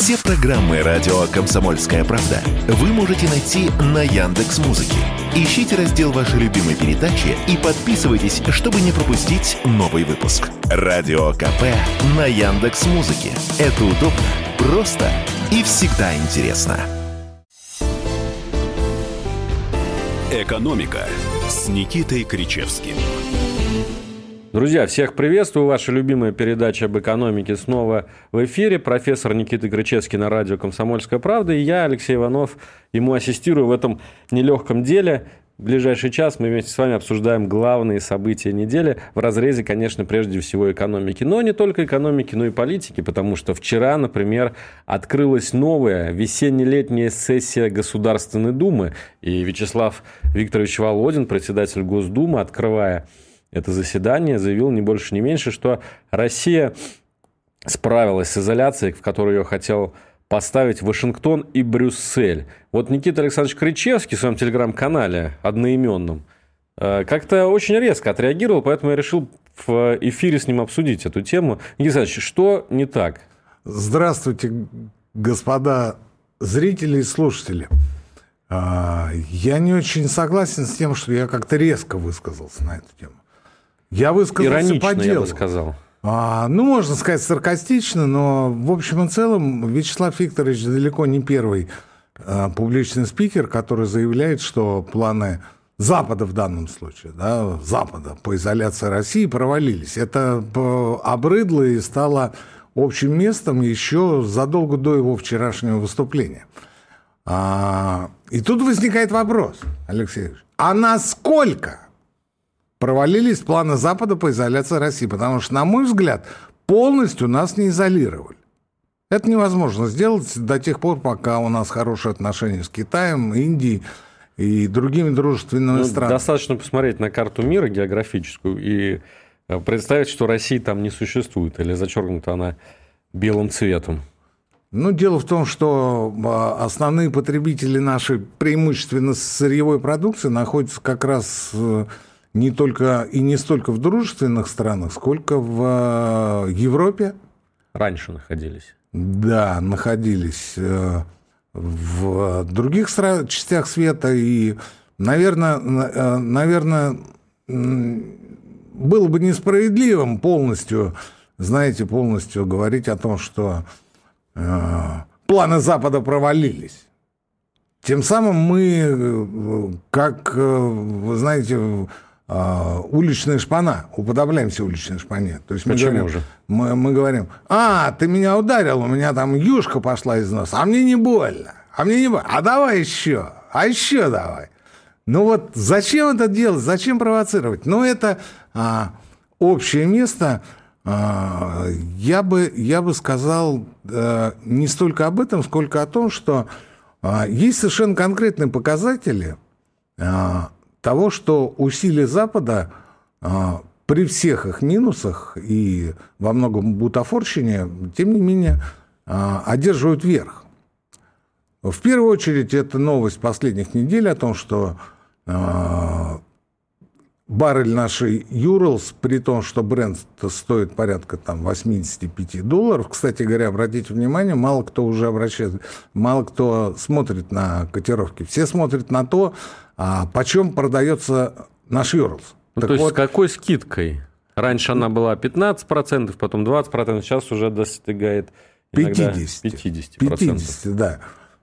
Все программы радио «Комсомольская правда» вы можете найти на Яндекс.Музыке. Ищите раздел вашей любимой передачи и подписывайтесь, чтобы не пропустить новый выпуск. Радио КП на Яндекс.Музыке. Это удобно, просто и всегда интересно. «Экономика» с Никитой Кричевским. Друзья, всех приветствую. Ваша любимая передача об экономике снова в эфире. Профессор Никита Кричевский на радио «Комсомольская правда». И я, Алексей Иванов, ему ассистирую в этом нелегком деле. В ближайший час мы вместе с вами обсуждаем главные события недели в разрезе, конечно, прежде всего экономики. Но не только экономики, но и политики, потому что вчера, например, открылась новая весенне-летняя сессия Государственной Думы. И Вячеслав Викторович Володин, председатель Госдумы, открывая это заседание, заявил не больше, не меньше, что Россия справилась с изоляцией, в которую ее хотел поставить Вашингтон и Брюссель. Вот Никита Александрович Кричевский в своем телеграм-канале одноименном как-то очень резко отреагировал, поэтому я решил в эфире с ним обсудить эту тему. Никита Александрович, что не так? Здравствуйте, господа зрители и слушатели. Я не очень согласен с тем, что я как-то резко высказался на эту тему. Я высказался иронично, по делу. Я бы сказал. Можно сказать, саркастично, но в общем и целом Вячеслав Викторович далеко не первый публичный спикер, который заявляет, что планы Запада в данном случае, да, Запада по изоляции России провалились. Это обрыдло и стало общим местом еще задолго до его вчерашнего выступления. И тут возникает вопрос, Алексей Ильич, а насколько провалились планы Запада по изоляции России? Потому что, на мой взгляд, полностью нас не изолировали. Это невозможно сделать до тех пор, пока у нас хорошие отношения с Китаем, Индией и другими дружественными странами. Достаточно посмотреть на карту мира географическую и представить, что России там не существует, или зачеркнута она белым цветом. Дело в том, что основные потребители нашей преимущественно сырьевой продукции находятся как раз не только и не столько в дружественных странах, сколько в Европе. Раньше находились. Да, находились в других частях света. И, наверное, было бы несправедливым полностью говорить о том, что планы Запада провалились. Тем самым мы, как, вы знаете, уличная шпана, уподобляемся уличной шпане. То есть мы говорим, ты меня ударил, у меня там юшка пошла из носа, а мне не больно, а давай еще, давай. Зачем это делать, зачем провоцировать? Это общее место. Я бы сказал не столько об этом, сколько о том, что есть совершенно конкретные показатели того, что усилия Запада при всех их минусах и во многом бутафорщине, тем не менее, одерживают верх. В первую очередь, это новость последних недель о том, что баррель нашей Urals, при том, что бренд стоит порядка $85. Кстати говоря, обратите внимание, мало кто смотрит на котировки. Все смотрят на то, почем продается наш Urals. То есть с какой скидкой? Раньше она была 15%, потом 20%, сейчас уже достигает 50%. Да.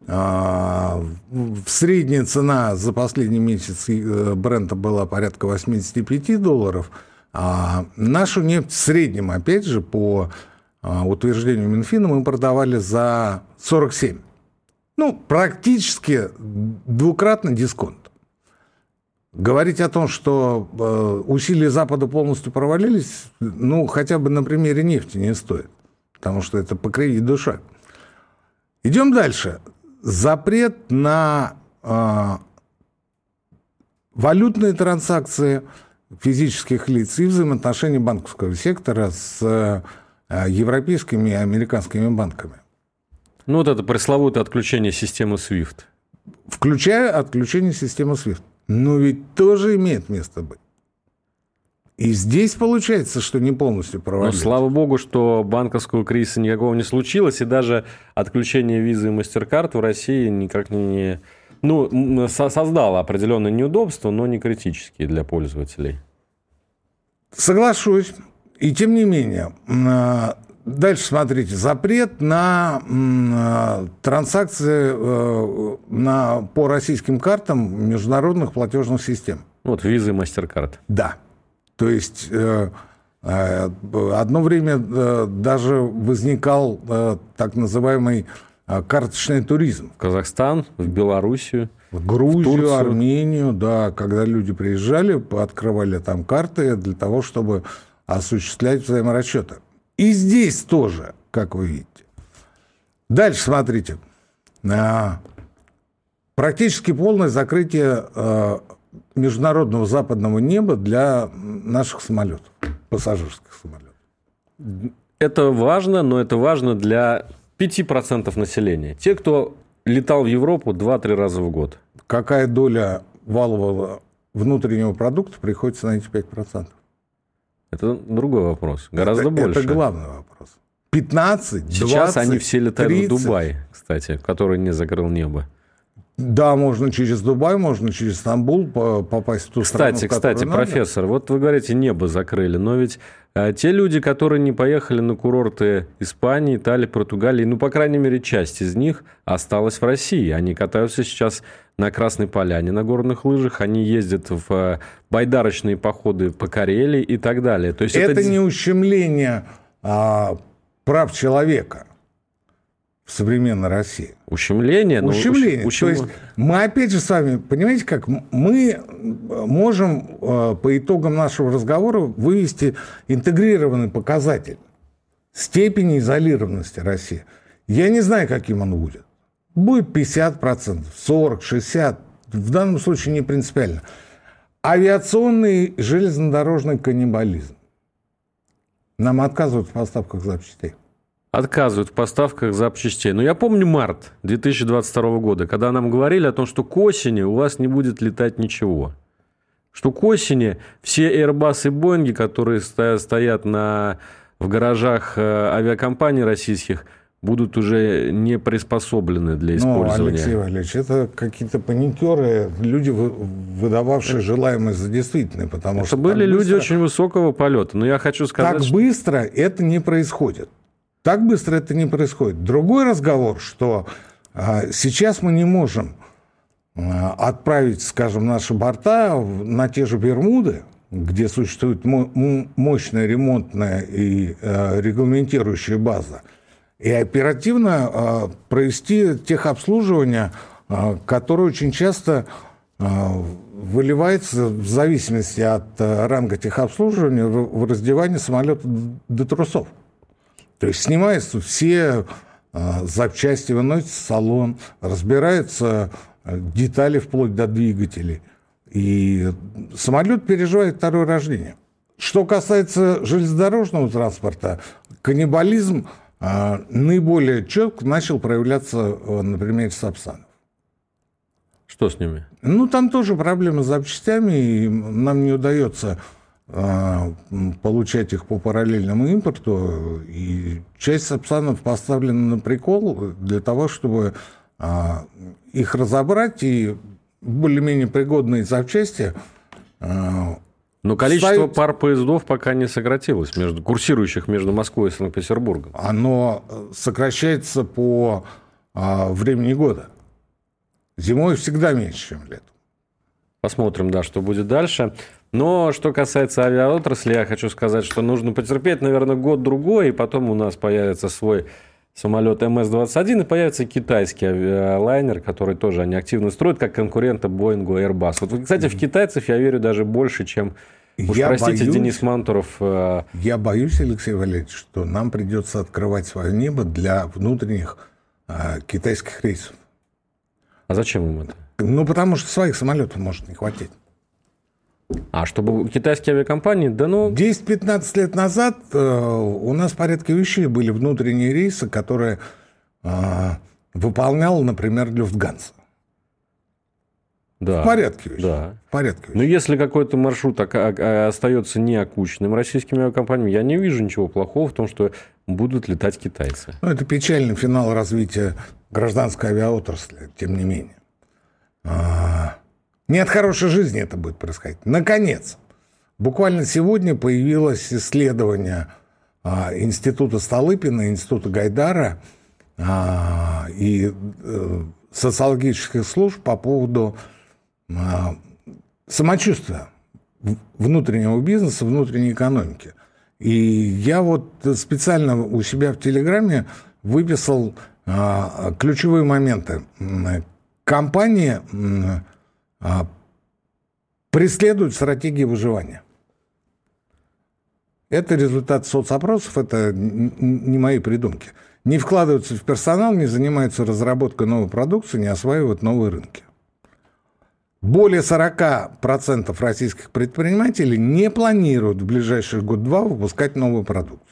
Средняя цена за последний месяц брента была порядка $85, а нашу нефть в среднем, опять же, по утверждению Минфина, мы продавали за 47. Практически двукратный дисконт. Говорить о том, что усилия Запада полностью провалились, хотя бы на примере нефти не стоит, потому что это по крови и душе. Идем дальше. Запрет на валютные транзакции физических лиц и взаимоотношения банковского сектора с европейскими и американскими банками. Это пресловутое отключение системы SWIFT. Включая отключение системы SWIFT. Ведь тоже имеет место быть. И здесь получается, что не полностью Но провалились. слава богу, что банковского кризиса никакого не случилось, и даже отключение визы и MasterCard в России никак не... создало определенные неудобства, но не критические для пользователей. Соглашусь. И тем не менее, дальше смотрите, запрет на транзакции по российским картам международных платежных систем. Вот визы и MasterCard. Да. То есть одно время даже возникал так называемый карточный туризм. В Казахстан, в Белоруссию, В Грузию, в Турцию. Армению, да, когда люди приезжали, открывали там карты для того, чтобы осуществлять взаиморасчеты. И здесь тоже, как вы видите. Дальше смотрите. Практически полное закрытие международного западного неба для наших самолетов, пассажирских самолетов. Это важно, но это важно для 5% населения. Те, кто летал в Европу 2-3 раза в год. Какая доля валового внутреннего продукта приходится на эти 5%? Это другой вопрос. Гораздо больше. Это главный вопрос. 15, 20, Сейчас они все летают 30. в Дубай, кстати, который не закрыл небо. Да, можно через Дубай, можно через Стамбул попасть в ту страну, в которую Кстати, надо. профессор, вот вы говорите, небо закрыли, но ведь те люди, которые не поехали на курорты Испании, Италии, Португалии, по крайней мере, часть из них осталась в России. Они катаются сейчас на Красной Поляне на горных лыжах, они ездят в байдарочные походы по Карелии и так далее. То есть Это не ущемление прав человека в современной России. Ущемление? Ущемление. То есть мы опять же с вами, понимаете как, мы можем по итогам нашего разговора вывести интегрированный показатель степени изолированности России. Я не знаю, каким он будет. Будет 50%, 40%, 60%. В данном случае не принципиально. Авиационный железнодорожный каннибализм. Нам отказывают в поставках запчастей. Отказывают в поставках запчастей. Но я помню март 2022 года, когда нам говорили о том, что к осени у вас не будет летать ничего. Что к осени все Airbus и Boeing, которые стоят в гаражах авиакомпаний российских, будут уже не приспособлены для использования. Алексей Валерьевич, это какие-то паникеры, люди, выдававшие желаемое за действительное. Потому что были люди очень высокого полета. Но я хочу сказать, так быстро это не происходит. Так быстро это не происходит. Другой разговор, что сейчас мы не можем отправить, скажем, наши борта на те же Бермуды, где существует мощная ремонтная и регламентирующая база, и оперативно провести техобслуживание, которое очень часто выливается в зависимости от ранга техобслуживания в раздевание самолета до трусов. То есть снимаются все запчасти, выносится салон, разбираются детали вплоть до двигателей. И самолет переживает второе рождение. Что касается железнодорожного транспорта, каннибализм наиболее четко начал проявляться на примере Сапсанов. что с ними? Там тоже проблемы с запчастями, и нам не удается получать их по параллельному импорту, и часть Сапсанов поставлена на прикол для того, чтобы их разобрать и более-менее пригодные запчасти. Но количество пар поездов пока не сократилось, курсирующих между Москвой и Санкт-Петербургом. Оно сокращается по времени года. Зимой всегда меньше, чем летом. Посмотрим, что будет дальше. Но что касается авиаотрасли, я хочу сказать, что нужно потерпеть, наверное, год-другой, и потом у нас появится свой самолет МС-21, и появится китайский авиалайнер, который тоже они активно строят, как конкурента Боингу и Airbus. Вот, кстати, в китайцев я верю даже больше, чем, Денис Мантуров. Я боюсь, Алексей Валерьевич, что нам придется открывать свое небо для внутренних китайских рейсов. А зачем им это? Потому что своих самолетов может не хватить. Чтобы китайские авиакомпании, 10-15 лет назад у нас в порядке вещей были внутренние рейсы, которые выполнял, например, Люфтганза. Да. В порядке вещи. Да. В порядке вещи. Но если какой-то маршрут остается неокученным российскими авиакомпаниями, я не вижу ничего плохого в том, что будут летать китайцы. Ну, это печальный финал развития гражданской авиаотрасли, тем не менее. Не от хорошей жизни это будет происходить. Наконец, буквально сегодня появилось исследование Института Столыпина, Института Гайдара и социологических служб по поводу самочувствия внутреннего бизнеса, внутренней экономики. И я вот специально у себя в Телеграме выписал ключевые моменты. Компании преследуют стратегии выживания. Это результат соцопросов, это не мои придумки. Не вкладываются в персонал, не занимаются разработкой новой продукции, не осваивают новые рынки. Более 40% российских предпринимателей не планируют в ближайшие год-два выпускать новую продукцию.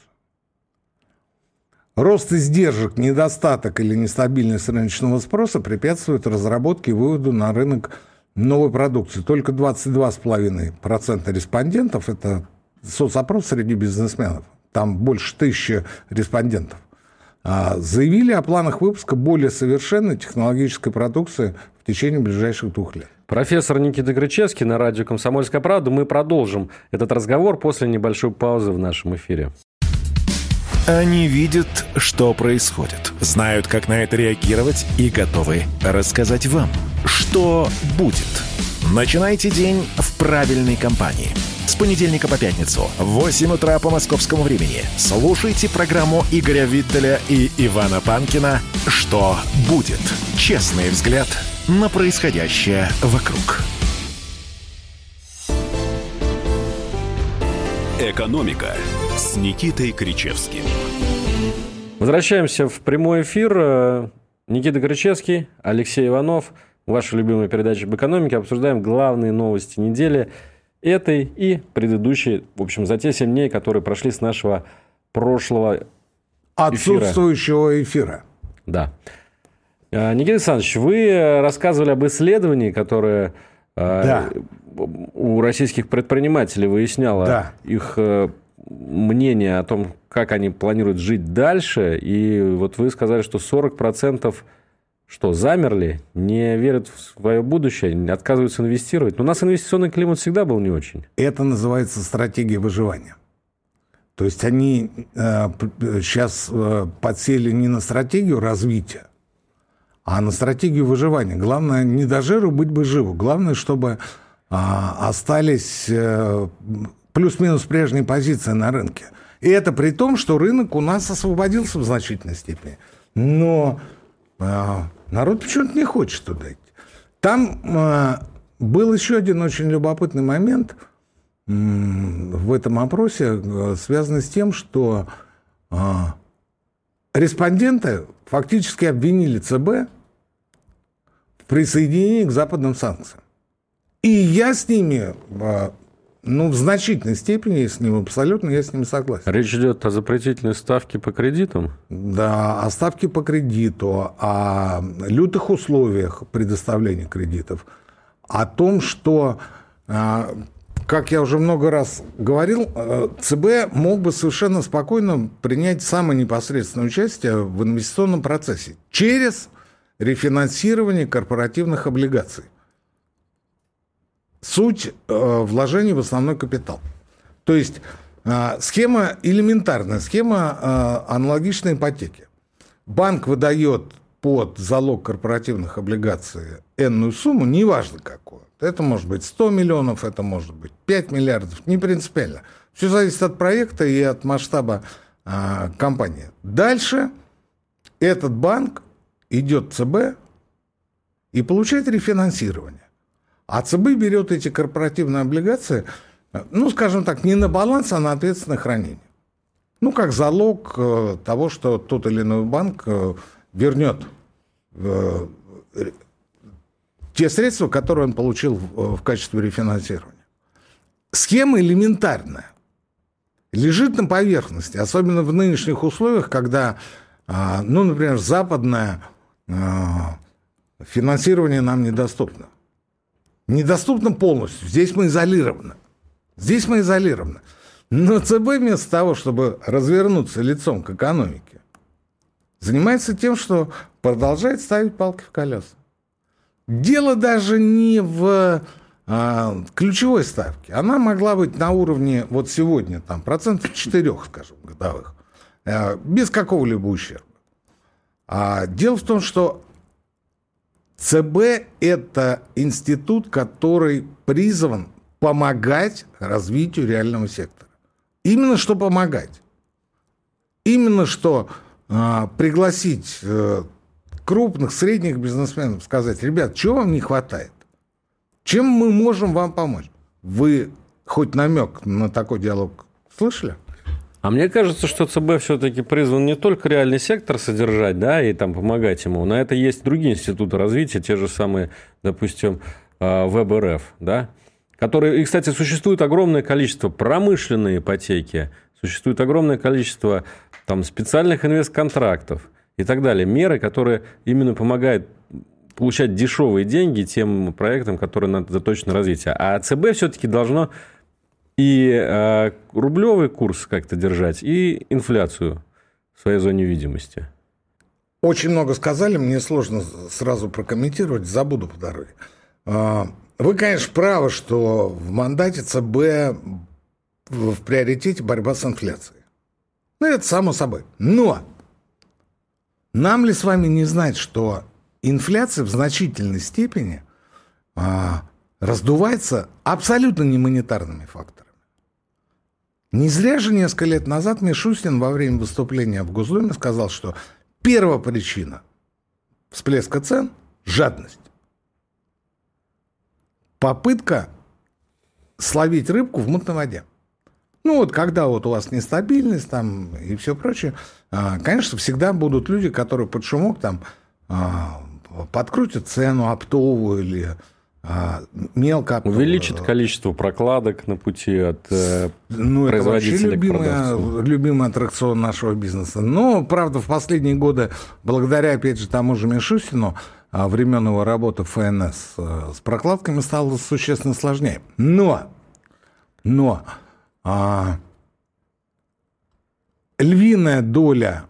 Рост издержек, недостаток или нестабильность рыночного спроса препятствуют разработке и выводу на рынок новой продукции. Только 22,5% респондентов, это соцопрос среди бизнесменов, там больше 1000 респондентов, заявили о планах выпуска более совершенной технологической продукции в течение ближайших 2 лет. Профессор Никита Кричевский на радио «Комсомольская правда». Мы продолжим этот разговор после небольшой паузы в нашем эфире. Они видят, что происходит, знают, как на это реагировать и готовы рассказать вам, что будет. Начинайте день в правильной компании. С понедельника по пятницу в 8 утра по московскому времени слушайте программу Игоря Виттеля и Ивана Панкина «Что будет?». Честный взгляд на происходящее вокруг. «Экономика» с Никитой Кричевским. Возвращаемся в прямой эфир. Никита Кричевский, Алексей Иванов. Ваша любимая передача об экономике. Обсуждаем главные новости недели этой и предыдущей, в общем, за те 7 дней, которые прошли с нашего прошлого отсутствующего эфира. Да. Никита Александрович, вы рассказывали об исследовании, которое у российских предпринимателей выясняло их мнение о том, как они планируют жить дальше. И вот вы сказали, что 40% замерли, не верят в свое будущее, отказываются инвестировать. Но у нас инвестиционный климат всегда был не очень. Это называется стратегия выживания. То есть они сейчас подсели не на стратегию развития, а на стратегию выживания. Главное, не до жиру быть бы живу. Главное, чтобы остались плюс-минус прежние позиции на рынке. И это при том, что рынок у нас освободился в значительной степени. Но народ почему-то не хочет туда идти. Там был еще один очень любопытный момент в этом опросе, связанный с тем, что респонденты фактически обвинили ЦБ в присоединении к западным санкциям. И я с ними, в значительной степени, если не абсолютно, я с ними согласен. Речь идет о запретительной ставке по кредитам? Да, о ставке по кредиту, о лютых условиях предоставления кредитов, о том, что, как я уже много раз говорил, ЦБ мог бы совершенно спокойно принять самое непосредственное участие в инвестиционном процессе через рефинансирование корпоративных облигаций. Суть вложений в основной капитал. То есть схема элементарная, схема аналогичной ипотеке. Банк выдает под залог корпоративных облигаций энную сумму, неважно какую. Это может быть 100 миллионов, это может быть 5 миллиардов, не принципиально. Все зависит от проекта и от масштаба компании. Дальше этот банк идет в ЦБ и получает рефинансирование. А ЦБ берет эти корпоративные облигации, скажем так, не на баланс, а на ответственное хранение. Как залог того, что тот или иной банк вернет те средства, которые он получил в качестве рефинансирования. Схема элементарная. Лежит на поверхности, особенно в нынешних условиях, когда, например, западное финансирование нам недоступно. Недоступна полностью. Здесь мы изолированы. Но ЦБ вместо того, чтобы развернуться лицом к экономике, занимается тем, что продолжает ставить палки в колеса. Дело даже не в ключевой ставке. Она могла быть на уровне вот сегодня, там, 4%, скажем, годовых, без какого-либо ущерба. Дело в том, что ЦБ – это институт, который призван помогать развитию реального сектора. Именно что помогать. Именно что пригласить крупных, средних бизнесменов, сказать: ребят, чего вам не хватает? Чем мы можем вам помочь? Вы хоть намек на такой диалог слышали? А мне кажется, что ЦБ все-таки призван не только реальный сектор содержать, да, и там помогать ему. На это есть другие институты развития, те же самые, допустим, ВЭБ-РФ, да, которые, и, кстати, существует огромное количество промышленной ипотеки, существует огромное количество там специальных инвестконтрактов и так далее. Меры, которые именно помогают получать дешевые деньги тем проектам, которые заточены на развитие. А ЦБ все-таки должно и рублевый курс как-то держать, и инфляцию в своей зоне видимости. Очень много сказали, мне сложно сразу прокомментировать, забуду по дороге. Вы, конечно, правы, что в мандате ЦБ в приоритете борьба с инфляцией. Ну, это само собой. Но нам ли с вами не знать, что инфляция в значительной степени раздувается абсолютно не монетарными факторами. Не зря же несколько лет назад Мишустин во время выступления в Госдуме сказал, что первая причина всплеска цен – жадность. Попытка словить рыбку в мутной воде. Ну вот когда вот у вас нестабильность там и все прочее, конечно, всегда будут люди, которые под шумок там подкрутят цену оптовую или мелко оптовую. Увеличит количество прокладок на пути от производителя к продавцу. Любимый аттракцион нашего бизнеса. Но, правда, в последние годы, благодаря, опять же, тому же Мишустину, времен его работы в ФНС, с прокладками стало существенно сложнее. Но львиная доля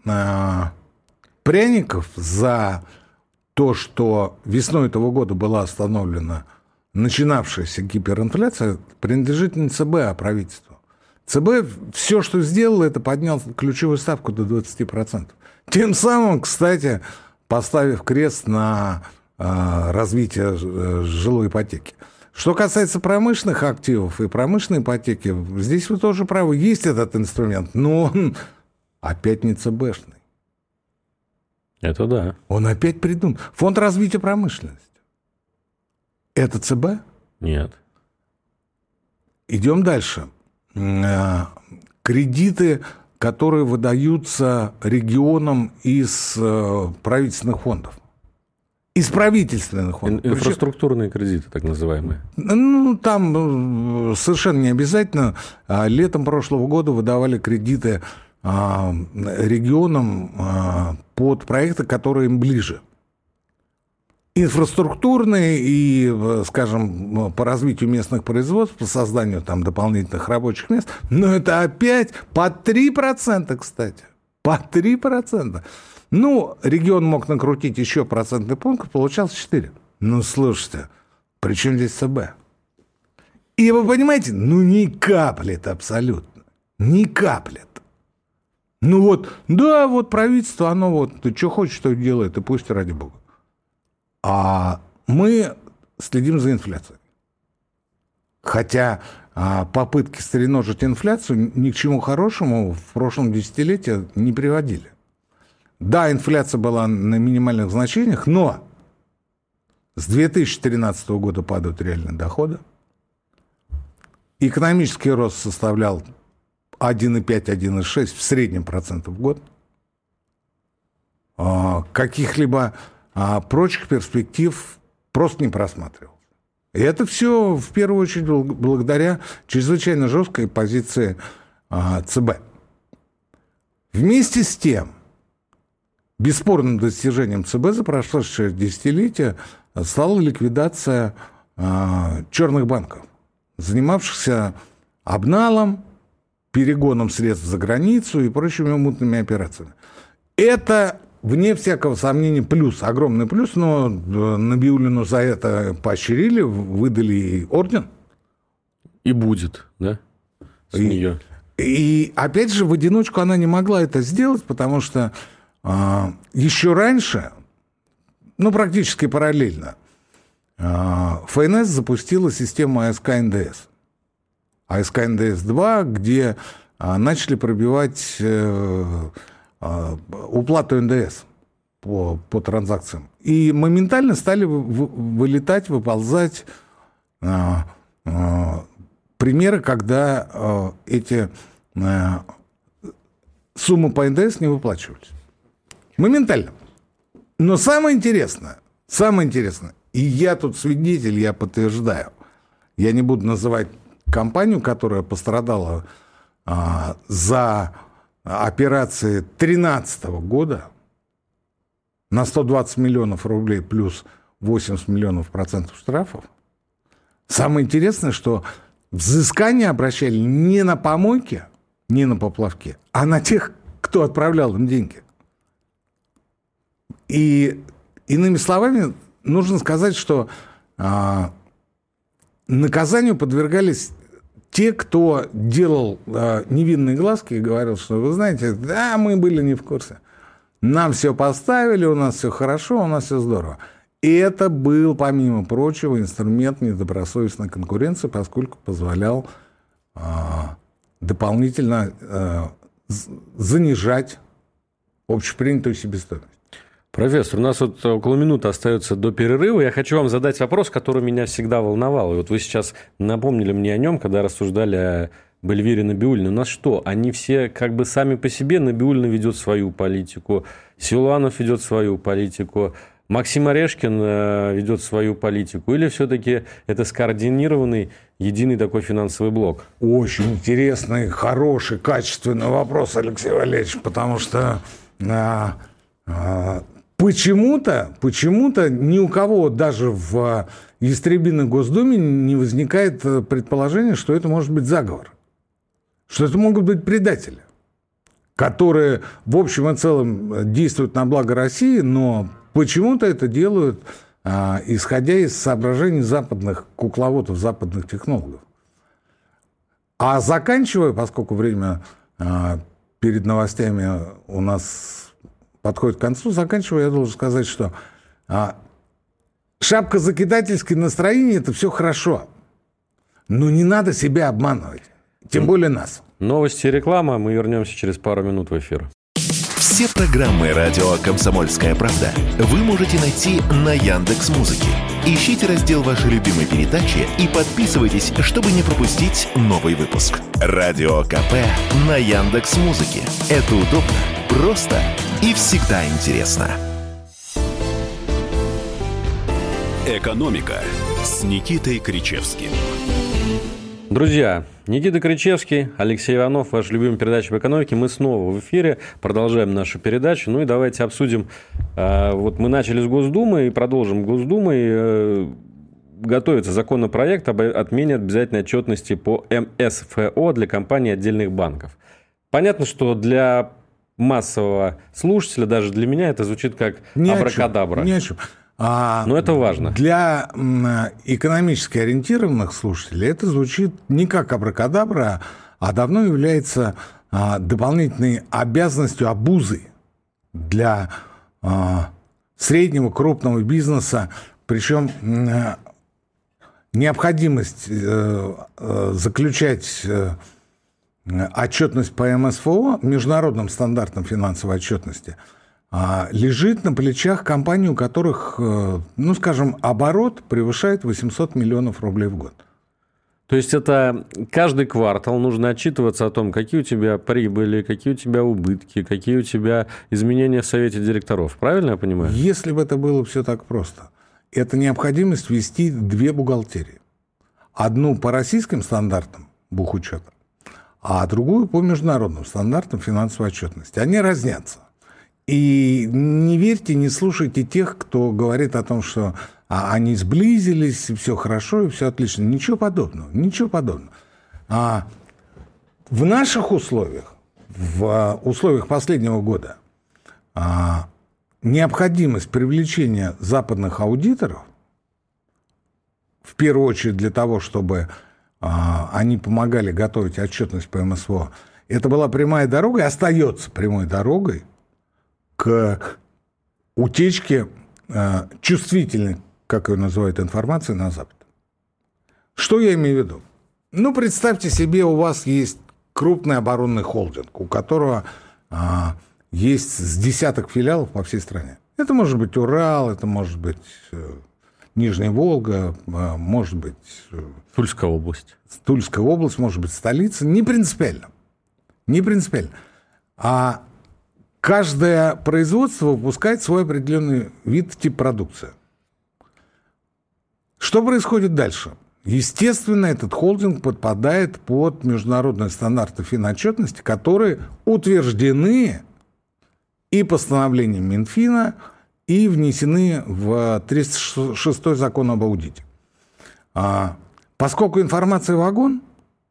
пряников за то, что весной этого года была остановлена начинавшаяся гиперинфляция, принадлежит не ЦБ, а правительству. ЦБ все, что сделало, это поднял ключевую ставку до 20%. Тем самым, кстати, поставив крест на развитие жилой ипотеки. Что касается промышленных активов и промышленной ипотеки, здесь вы тоже правы, есть этот инструмент, но он опять не ЦБшный. Это да. Он опять придумал. Фонд развития промышленности. Это ЦБ? Нет. Идем дальше. Кредиты, которые выдаются регионам из правительственных фондов. Из правительственных фондов. Инфраструктурные кредиты, так называемые. Ну, там совершенно не обязательно. Летом прошлого года выдавали кредиты регионам под проекты, которые им ближе. Инфраструктурные и, скажем, по развитию местных производств, по созданию там дополнительных рабочих мест. Но это опять по 3%, кстати. По 3%. Ну, регион мог накрутить еще процентный пункт, получалось 4. Ну, слушайте, при чем здесь ЦБ? И вы понимаете, ну, не каплет абсолютно. Не каплет. Ну вот, да, вот правительство, оно вот, что хочет, что делает, и пусть, ради бога. А мы следим за инфляцией. Хотя попытки стреножить инфляцию ни к чему хорошему в прошлом десятилетии не приводили. Да, инфляция была на минимальных значениях, но с 2013 года падают реальные доходы. Экономический рост составлял 1,5-1,6 в среднем процентов в год. Каких-либо прочих перспектив просто не просматривалось. И это все, в первую очередь, благодаря чрезвычайно жесткой позиции ЦБ. Вместе с тем, бесспорным достижением ЦБ за прошедшее десятилетие стала ликвидация черных банков, занимавшихся обналом, перегоном средств за границу и прочими мутными операциями. Это, вне всякого сомнения, плюс, огромный плюс, но Набиуллину за это поощрили, выдали ей орден. И будет, да, с нее. И, опять же, в одиночку она не могла это сделать, потому что еще раньше, практически параллельно, ФНС запустила систему АСК НДС. АСК НДС-2, где начали пробивать уплату НДС по транзакциям. И моментально стали вылетать, выползать примеры, когда эти суммы по НДС не выплачивались. Моментально. Но самое интересное, и я тут свидетель, я подтверждаю, я не буду называть компанию, которая пострадала за операции 2013 года на 120 миллионов рублей плюс 80 миллионов процентов штрафов. Самое интересное, что взыскание обращали не на помойке, не на поплавке, а на тех, кто отправлял им деньги. И, иными словами, нужно сказать, что наказанию подвергались те, кто делал невинные глазки и говорил, что, вы знаете, да, мы были не в курсе. Нам все поставили, у нас все хорошо, у нас все здорово. И это был, помимо прочего, инструмент недобросовестной конкуренции, поскольку позволял дополнительно занижать общепринятую себестоимость. Профессор, у нас вот около минуты остается до перерыва. Я хочу вам задать вопрос, который меня всегда волновал. И вот вы сейчас напомнили мне о нем, когда рассуждали о Эльвире Набиуллиной. У нас что, они все как бы сами по себе? Набиуллина ведет свою политику, Силуанов ведет свою политику, Максим Орешкин ведет свою политику? Или все-таки это скоординированный, единый такой финансовый блок? Очень интересный, хороший, качественный вопрос, Алексей Валерьевич, потому что почему-то ни у кого даже в Ястребиной Госдуме не возникает предположения, что это может быть заговор, что это могут быть предатели, которые в общем и целом действуют на благо России, но почему-то это делают, исходя из соображений западных кукловодов, западных технологов. А заканчивая, поскольку время перед новостями у нас подходит к концу, заканчивая, я должен сказать, что шапкозакидательское настроение – это все хорошо, но не надо себя обманывать, тем более нас. Новости и реклама. Мы вернемся через пару минут в эфир. Все программы радио «Комсомольская правда» вы можете найти на Яндекс.Музыке. Ищите раздел вашей любимой передачи и подписывайтесь, чтобы не пропустить новый выпуск. Радио КП на Яндекс.Музыке. Это удобно, просто и всегда интересно. «Экономика» с Никитой Кричевским. Друзья, Никита Кричевский, Алексей Иванов, ваша любимая передача в экономике. Мы снова в эфире, продолжаем нашу передачу. Ну и давайте обсудим. Вот мы начали с Госдумы и продолжим Госдумой. Готовится законопроект об отмене обязательной отчетности по МСФО для компаний отдельных банков. Понятно, что для массового слушателя, даже для меня, это звучит как абракадабра. Ни о чем. Но это важно. Для экономически ориентированных слушателей это звучит не как абракадабра, а давно является дополнительной обязанностью, обузой для среднего, крупного бизнеса. Причем необходимость заключать отчетность по МСФО, международным стандартам финансовой отчетности, лежит на плечах компаний, у которых, ну, скажем, оборот превышает 800 миллионов рублей в год. То есть это каждый квартал нужно отчитываться о том, какие у тебя прибыли, какие у тебя убытки, какие у тебя изменения в совете директоров. Правильно я понимаю? Если бы это было все так просто. Это необходимость вести две бухгалтерии. Одну по российским стандартам бухучета, а другую по международным стандартам финансовой отчетности. Они разнятся. И не верьте, не слушайте тех, кто говорит о том, что они сблизились, и все хорошо, и все отлично. Ничего подобного, ничего подобного. В наших условиях, в условиях последнего года, необходимость привлечения западных аудиторов, в первую очередь для того, чтобы они помогали готовить отчетность по МСВО, это была прямая дорога и остается прямой дорогой к утечке чувствительной, как ее называют, информации на Запад. Что я имею в виду? Ну, представьте себе, у вас есть крупный оборонный холдинг, у которого есть с десяток филиалов по всей стране. Это может быть Урал, это может быть Нижняя Волга, может быть... Тульская область. Тульская область, может быть, столица. Не принципиально. Не принципиально. А каждое производство выпускает свой определенный вид, тип продукции. Что происходит дальше? Естественно, этот холдинг подпадает под международные стандарты финотчетности, которые утверждены и постановлением Минфина, и внесены в 306 закон об аудите. Поскольку информация вагон,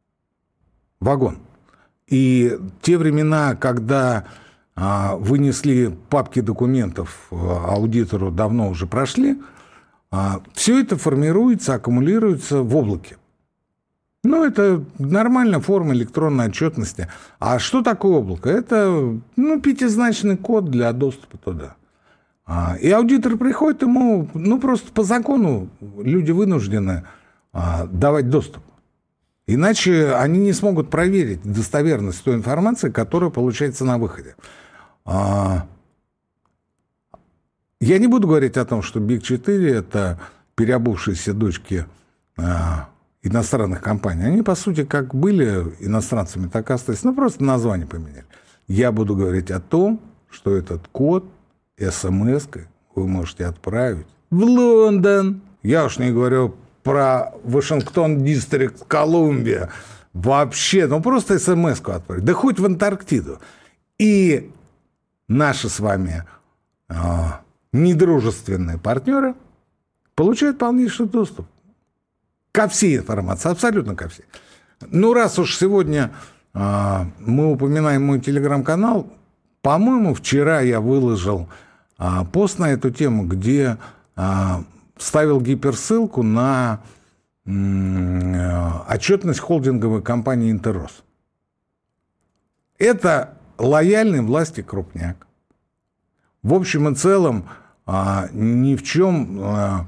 и те времена, когда вынесли папки документов аудитору, давно уже прошли, все это формируется, аккумулируется в облаке. Ну, это нормальная форма электронной отчетности. А что такое облако? Это, пятизначный код для доступа туда. И аудитор приходит, ему, просто по закону люди вынуждены давать доступ. Иначе они не смогут проверить достоверность той информации, которая получается на выходе. Я не буду говорить о том, что Биг-4 – это переобувшиеся дочки иностранных компаний. Они, по сути, как были иностранцами, так и остались. Просто название поменяли. Я буду говорить о том, что этот код СМС-кой вы можете отправить в Лондон. Я уж не говорю про Вашингтон Дистрикт Колумбия. Вообще, просто СМС-ку отправить. Да хоть в Антарктиду. И наши с вами недружественные партнеры получают полнейший доступ ко всей информации, абсолютно ко всей. Раз уж сегодня мы упоминаем мой телеграм-канал, по-моему, вчера я выложил пост на эту тему, где вставил гиперссылку на отчетность холдинговой компании «Интеррос». Это лояльный власти крупняк. В общем и целом, ни в чем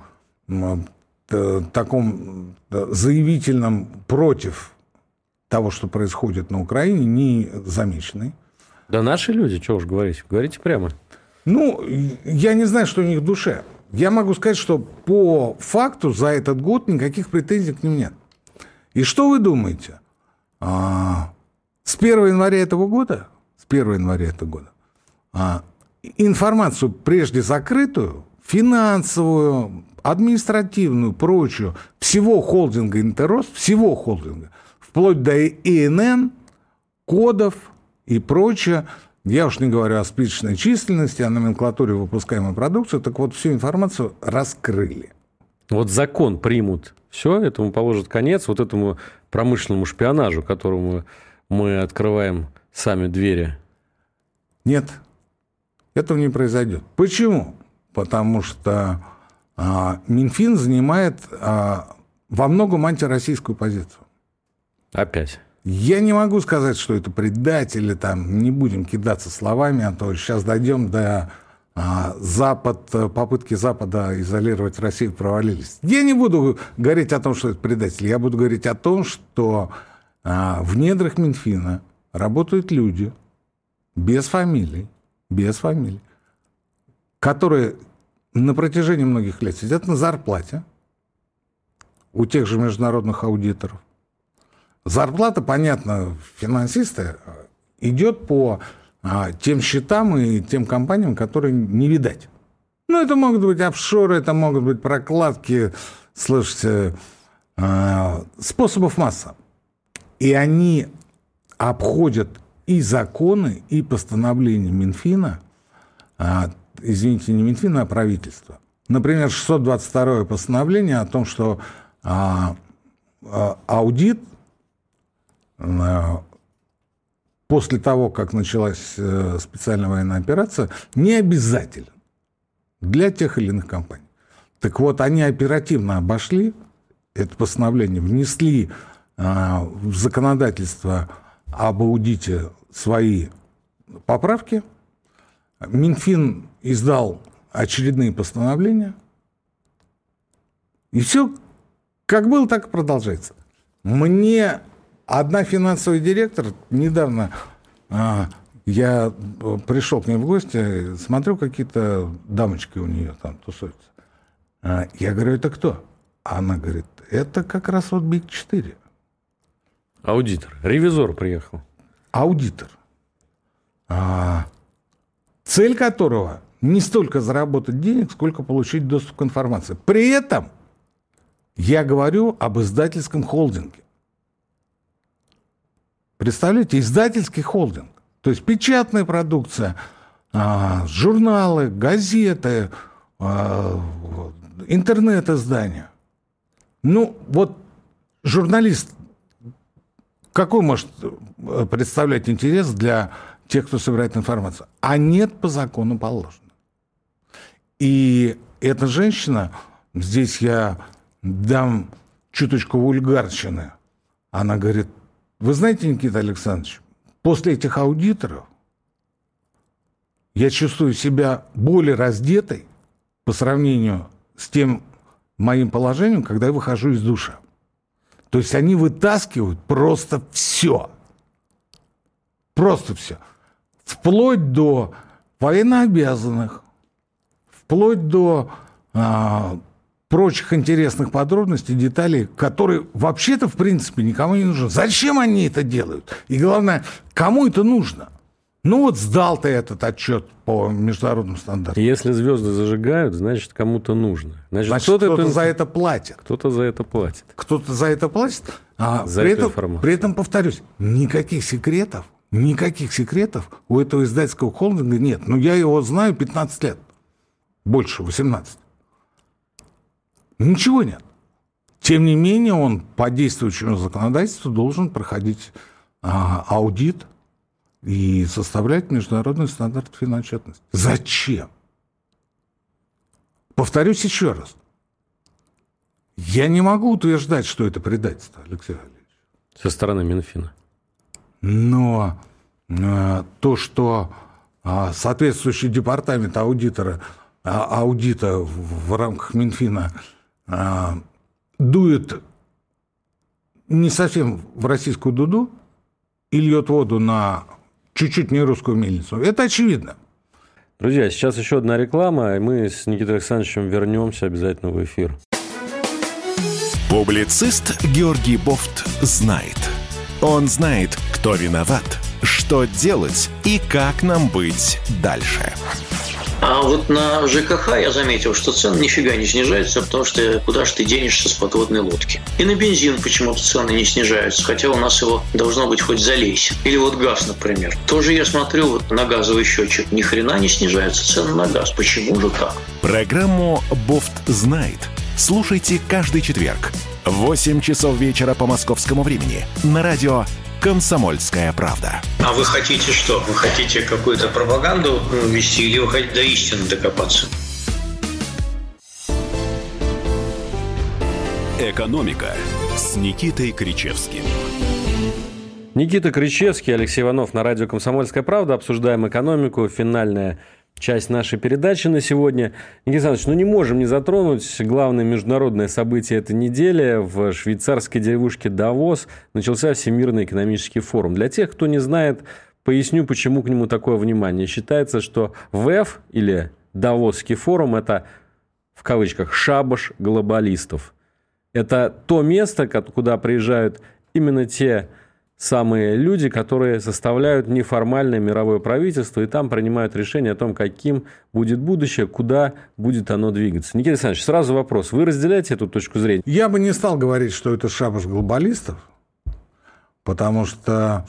таком заявительном против того, что происходит на Украине, не замеченный. Да наши люди, что уж говорить, говорите прямо. Я не знаю, что у них в душе. Я могу сказать, что по факту за этот год никаких претензий к ним нет. И что вы думаете? С 1 января этого года, информацию, прежде закрытую, финансовую, административную, прочую, всего холдинга «Интеррос», всего холдинга, вплоть до ИНН, кодов и прочее, я уж не говорю о списочной численности, о номенклатуре выпускаемой продукции, так вот всю информацию раскрыли. Вот закон примут, все, этому положит конец, вот этому промышленному шпионажу, которому мы открываем сами двери. Нет, этого не произойдет. Почему? Потому что Минфин занимает во многом антироссийскую позицию. Опять. Я не могу сказать, что это предатели, не будем кидаться словами, а то сейчас дойдем до попытки Запада изолировать Россию провалились. Я не буду говорить о том, что это предатели, я буду говорить о том, что в недрах Минфина работают люди без фамилий, которые на протяжении многих лет сидят на зарплате у тех же международных аудиторов. Зарплата, понятно, финансиста идет по тем счетам и тем компаниям, которые не видать. Это могут быть офшоры, это могут быть прокладки, слышите, способов масса. И они обходят и законы, и постановления Минфина, извините, не Минфина, а правительства. например, 622 постановление о том, что аудит после того, как началась специальная военная операция, не обязателен для тех или иных компаний. Так вот, они оперативно обошли это постановление, внесли в законодательство об аудите свои поправки. Минфин издал очередные постановления. И все, как было, так и продолжается. Мне одна финансовый директор недавно, я пришел к ней в гости, смотрю, какие-то дамочки у нее там тусуются. Я говорю, это кто? Она говорит, это как раз вот БИК-4. Аудитор, ревизор приехал. Аудитор. Цель которого не столько заработать денег, сколько получить доступ к информации. При этом я говорю об издательском холдинге. Представляете, издательский холдинг. То есть печатная продукция, журналы, газеты, интернет-издания. Ну, вот журналист какой может представлять интерес для тех, кто собирает информацию? А нет, по закону положено. И эта женщина, здесь я дам чуточку вульгарщины, она говорит, вы знаете, Никита Александрович, после этих аудиторов я чувствую себя более раздетой по сравнению с тем моим положением, когда я выхожу из душа. То есть они вытаскивают просто все. Просто все. Вплоть до военнообязанных, вплоть до прочих интересных подробностей, деталей, которые вообще-то, в принципе, никому не нужны. Зачем они это делают? И главное, кому это нужно? Ну вот сдал ты этот отчет по международным стандартам. Если звезды зажигают, значит, кому-то нужно. Значит кто-то за это платит. Кто-то за это платит. Кто-то за это платит. При этом, повторюсь, никаких секретов у этого издательского холдинга нет. Но я его знаю 15 лет. Больше, 18. Ничего нет. Тем не менее, он по действующему законодательству должен проходить аудит и составлять международный стандарт финансовой отчетности. Зачем? Повторюсь еще раз. Я не могу утверждать, что это предательство, Алексей Валерьевич. Со стороны Минфина. Но то, что соответствующий департамент аудита в рамках Минфина дует не совсем в российскую дуду и льет воду на чуть-чуть не русскую мельницу, это очевидно. Друзья, сейчас еще одна реклама, и мы с Никитой Александровичем вернемся обязательно в эфир. Публицист Георгий Бофт знает. Он знает, кто виноват, что делать и как нам быть дальше. А вот на ЖКХ я заметил, что цены нифига не снижаются, потому что куда же ты денешься с подводной лодки. И на бензин почему-то цены не снижаются, хотя у нас его должно быть хоть залейся. Или вот газ, например. Тоже я смотрю вот на газовый счетчик, ни хрена не снижаются цены на газ. Почему же так? Программу «Бофт знает» слушайте каждый четверг в 8 часов вечера по московскому времени на радио «Комсомольская правда». А вы хотите что? Вы хотите какую-то пропаганду вести или вы хотите до истины докопаться? «Экономика» с Никитой Кричевским. Никита Кричевский, Алексей Иванов на радио «Комсомольская правда». Обсуждаем экономику. Финальная часть нашей передачи на сегодня. Никита Александрович, не можем не затронуть главное международное событие этой недели. В швейцарской деревушке Давос начался Всемирный экономический форум. Для тех, кто не знает, поясню, почему к нему такое внимание. Считается, что ВЭФ или Давосский форум – это, в кавычках, шабаш глобалистов. Это то место, куда приезжают именно те самые люди, которые составляют неформальное мировое правительство, и там принимают решение о том, каким будет будущее, куда будет оно двигаться. Никита Александрович, сразу вопрос. Вы разделяете эту точку зрения? Я бы не стал говорить, что это шабаш глобалистов, потому что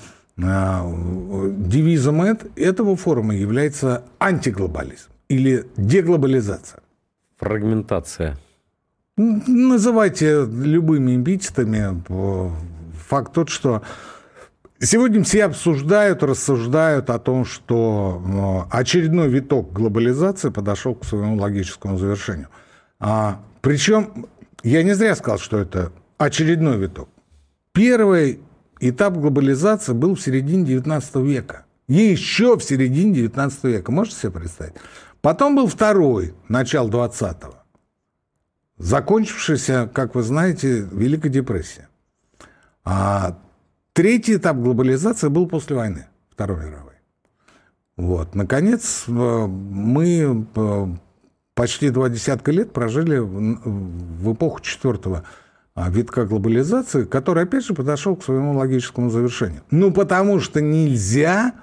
девизом этого форума является антиглобализм или деглобализация. Фрагментация. Называйте любыми эпитетами. Факт тот, что сегодня все обсуждают, рассуждают о том, что очередной виток глобализации подошел к своему логическому завершению. Причем я не зря сказал, что это очередной виток. Первый этап глобализации был в середине XIX века. Еще в середине XIX века. Можете себе представить? Потом был второй, начало 20-го. Закончившийся, как вы знаете, Великой депрессией. А третий этап глобализации был после войны, Второй мировой. Вот. Наконец, мы почти 20 лет прожили в эпоху четвертого витка глобализации, который, опять же, подошел к своему логическому завершению. Ну, потому что нельзя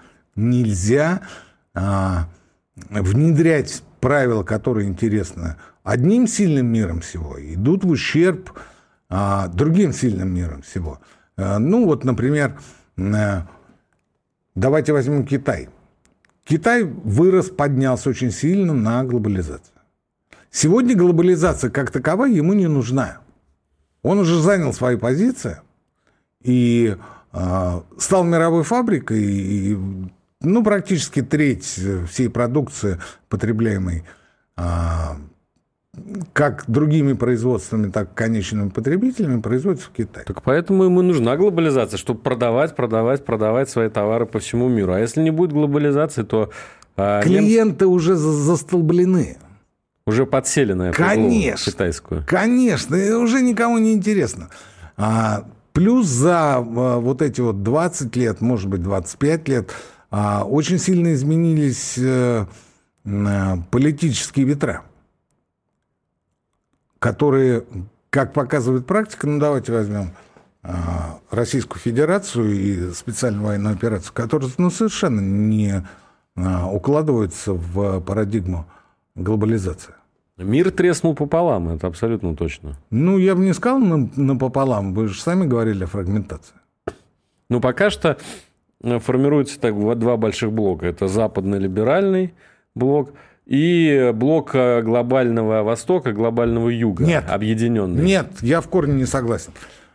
внедрять правила, которые интересны одним сильным миром всего, идут в ущерб другим сильным миром всего. Ну, вот, например, давайте возьмем Китай. Китай вырос, поднялся очень сильно на глобализацию. Сегодня глобализация как таковая ему не нужна. Он уже занял свои позиции и стал мировой фабрикой, и практически треть всей продукции, потребляемой как другими производствами, так и конечными потребителями, производится в Китае. Так поэтому ему нужна глобализация, чтобы продавать свои товары по всему миру. А если не будет глобализации, то... Клиенты уже застолблены. Уже подсели на эту иглу китайскую. Конечно, уже никому не интересно. Плюс за вот эти 20 лет, может быть, 25 лет, очень сильно изменились политические ветра, которые, как показывает практика, давайте возьмем Российскую Федерацию и специальную военную операцию, которые совершенно не укладываются в парадигму глобализации. Мир треснул пополам, это абсолютно точно. Я бы не сказал напополам, вы же сами говорили о фрагментации. Пока что формируется два больших блока. Это западно-либеральный блок и блок глобального Востока, глобального Юга, объединенный. Нет, я в корне не согласен.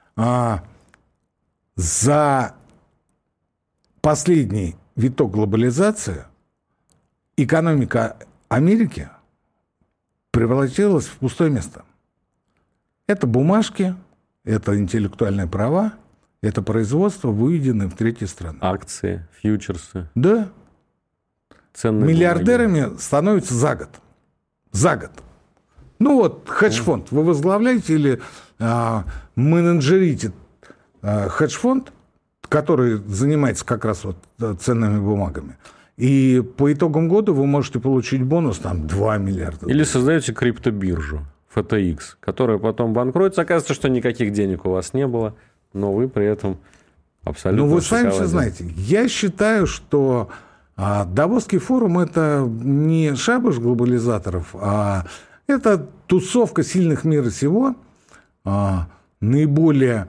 За последний виток глобализации экономика Америки превратилась в пустое место. Это бумажки, это интеллектуальные права, это производство, выведенное в третьи страны. Акции, фьючерсы. Да. Ценные миллиардерами бумаги. Становятся за год. За год. Хедж-фонд. Вы возглавляете или менеджерите хедж-фонд, который занимается как раз ценными бумагами. И по итогам года вы можете получить бонус 2 миллиарда. Или создаете криптобиржу FTX, которая потом банкротится. Оказывается, что никаких денег у вас не было, но вы при этом абсолютно... вы сами все знаете. Я считаю, что Давосский форум – это не шабаш глобализаторов, а это тусовка сильных мира сего, наиболее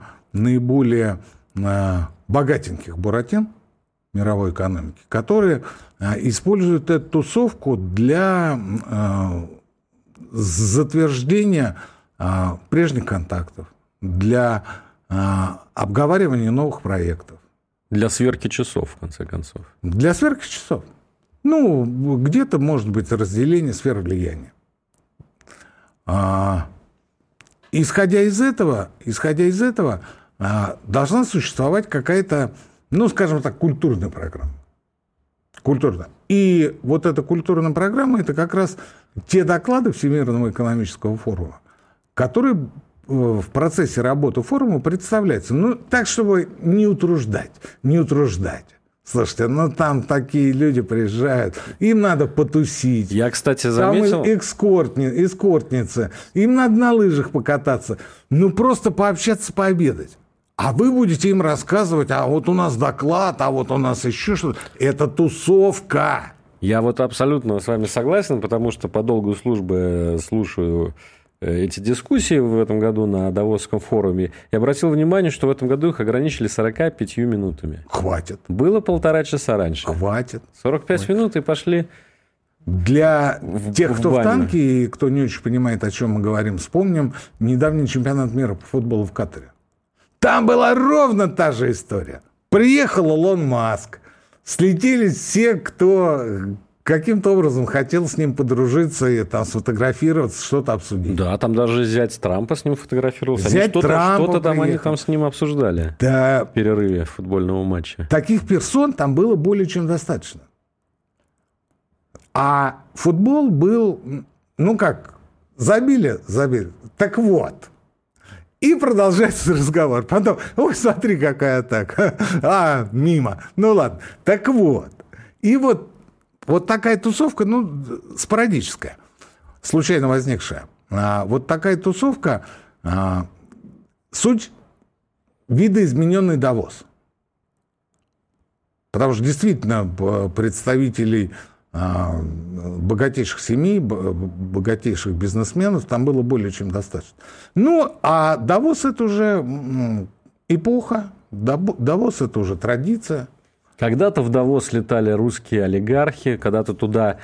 богатеньких буратин мировой экономики, которые используют эту тусовку для затверждения прежних контактов, для обговаривания новых проектов. Для сверки часов, в конце концов. Для сверки часов. Где-то может быть разделение сфер влияния. Исходя из этого, должна существовать какая-то, скажем так, культурная программа. Культурная. И эта культурная программа – это как раз те доклады Всемирного экономического форума, которые в процессе работы форума представляются. Так, чтобы не утруждать. Слушайте, там такие люди приезжают, им надо потусить. Я, кстати, заметил... Там эскортницы, им надо на лыжах покататься. Просто пообщаться, пообедать. А вы будете им рассказывать, у нас доклад, у нас еще что-то. Это тусовка. Я абсолютно с вами согласен, потому что по долгу службы слушаю эти дискуссии в этом году на Давосском форуме. И обратил внимание, что в этом году их ограничили 45 минутами. Хватит. Было 1,5 часа раньше. Хватит. 45 минут и пошли Для тех, кто в баню. танке и кто не очень понимает, о чем мы говорим, вспомним недавний чемпионат мира по футболу в Катаре. Там была ровно та же история. Приехал Илон Маск, слетелись все, кто каким-то образом хотел с ним подружиться и там сфотографироваться, что-то обсудить. Да, там даже зять Трампа с ним фотографировался. Зять Трампа что-то там они приехал. там с ним обсуждали Да, в перерыве футбольного матча. таких персон там было более чем достаточно. А футбол был, ну как, забили. Так вот. И продолжается разговор. Потом, ой, смотри, какая атака. Мимо. Ну ладно. Так вот. И вот такая тусовка, ну, спорадическая, случайно возникшая. Вот такая тусовка, суть видоизмененный Давос. Потому что действительно представителей богатейших семей, богатейших бизнесменов там было более чем достаточно. Ну, а Давос – это уже эпоха, Давос – это уже традиция. Когда-то в Давос летали русские олигархи, когда-то туда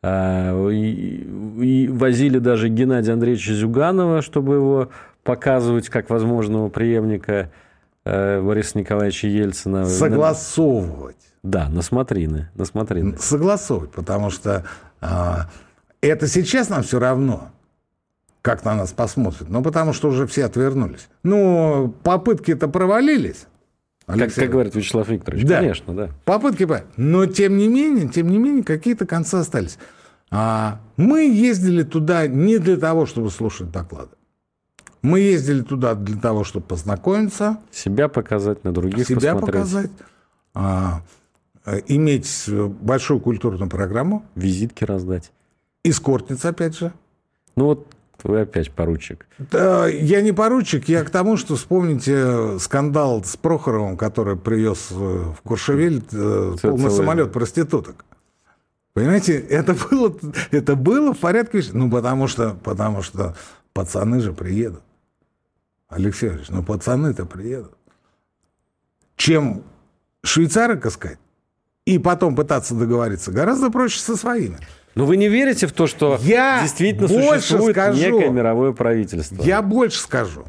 и возили даже Геннадия Андреевича Зюганова, чтобы его показывать как возможного преемника Бориса Николаевича Ельцина. Согласовывать. Да, на смотрины. Согласовывать, потому что это сейчас нам все равно, как на нас посмотрят, но потому что уже все отвернулись. Ну, попытки-то провалились. Как говорит Вячеслав Викторович, да. Конечно, да. Попытки, но тем не менее, какие-то концы остались. Мы ездили туда не для того, чтобы слушать доклады. Мы ездили туда для того, чтобы познакомиться. Себя показать, на других себя посмотреть. показать. Иметь большую культурную программу. Визитки раздать. Эскортниц, опять же. Ну вот вы опять поручик. Да, я не поручик, я к тому, что вспомните скандал с Прохоровым, который привез в Куршевель полный самолет проституток. Понимаете, это было в порядке вещей. Ну, потому что пацаны же приедут. Алексей Ильич, пацаны-то приедут. Чем швейцарок искать и потом пытаться договориться, гораздо проще со своими. Но вы не верите в то, что действительно существует некое мировое правительство? Я больше скажу.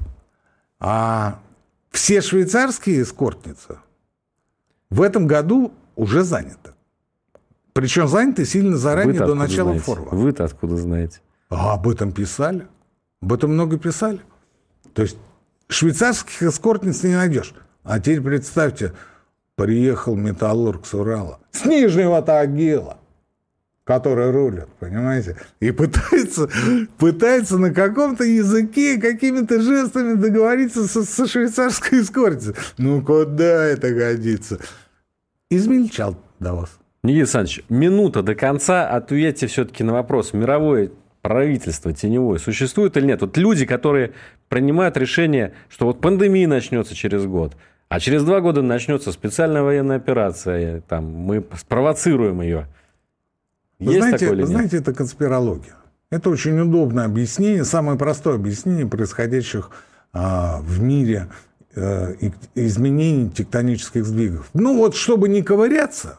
Все швейцарские эскортницы в этом году уже заняты. Причем заняты сильно заранее, до начала форума. Вы-то откуда знаете? Об этом писали. Об этом много писали. То есть швейцарских эскортниц не найдешь. А теперь представьте, приехал металлург с Урала, с Нижнего Тагила, который рулит, понимаете, и пытается на каком-то языке, какими-то жестами договориться со швейцарской эскортницей. Ну, куда это годится? Измельчал Давос. Никита Александрович, минута до конца, ответьте все-таки на вопрос. Мировое правительство теневое существует или нет? Вот люди, которые принимают решение, что вот пандемия начнется через год, а через 2 года начнется специальная военная операция, там, мы спровоцируем ее. Есть такое или нет? Вы знаете, это конспирология. Это очень удобное объяснение, самое простое объяснение происходящих в мире изменений тектонических сдвигов. Ну вот, чтобы не ковыряться,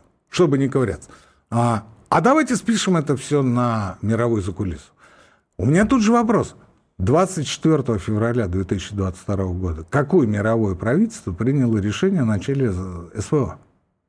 давайте спишем это все на мировую закулису. У меня тут же вопрос. 24 февраля 2022 года какое мировое правительство приняло решение о начале СВО?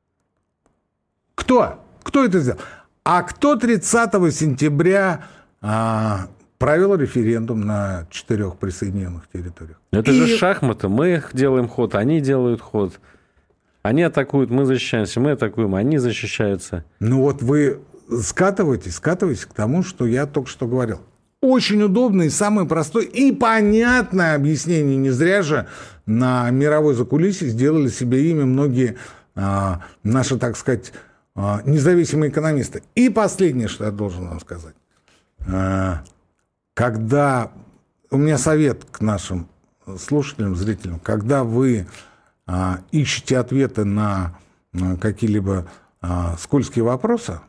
Кто это сделал? А кто 30 сентября провел референдум на 4 присоединенных территориях? Это же шахматы. Мы их делаем ход, они делают ход. Они атакуют, мы защищаемся, мы атакуем, они защищаются. Ну вот вы скатываетесь к тому, что я только что говорил. Очень удобное и самое простое и понятное объяснение. Не зря же на мировой закулисье сделали себе имя многие наши, так сказать, независимые экономисты. И последнее, что я должен вам сказать. Когда... У меня совет к нашим слушателям, зрителям. Когда вы ищете ответы на какие-либо скользкие вопросы,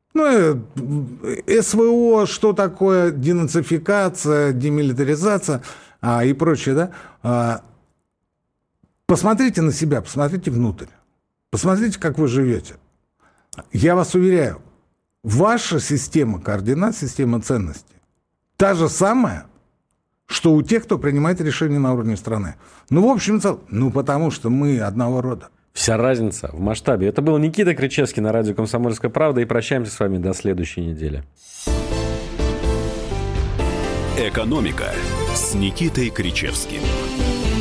СВО, что такое денацификация, демилитаризация и прочее, да? Посмотрите на себя, посмотрите внутрь. Посмотрите, как вы живете. Я вас уверяю, ваша система координат, система ценностей та же самая, что у тех, кто принимает решения на уровне страны. Ну, в общем-то, потому что мы одного рода. Вся разница в масштабе. Это был Никита Кричевский на радио «Комсомольская правда». И прощаемся с вами до следующей недели. «Экономика» с Никитой Кричевским.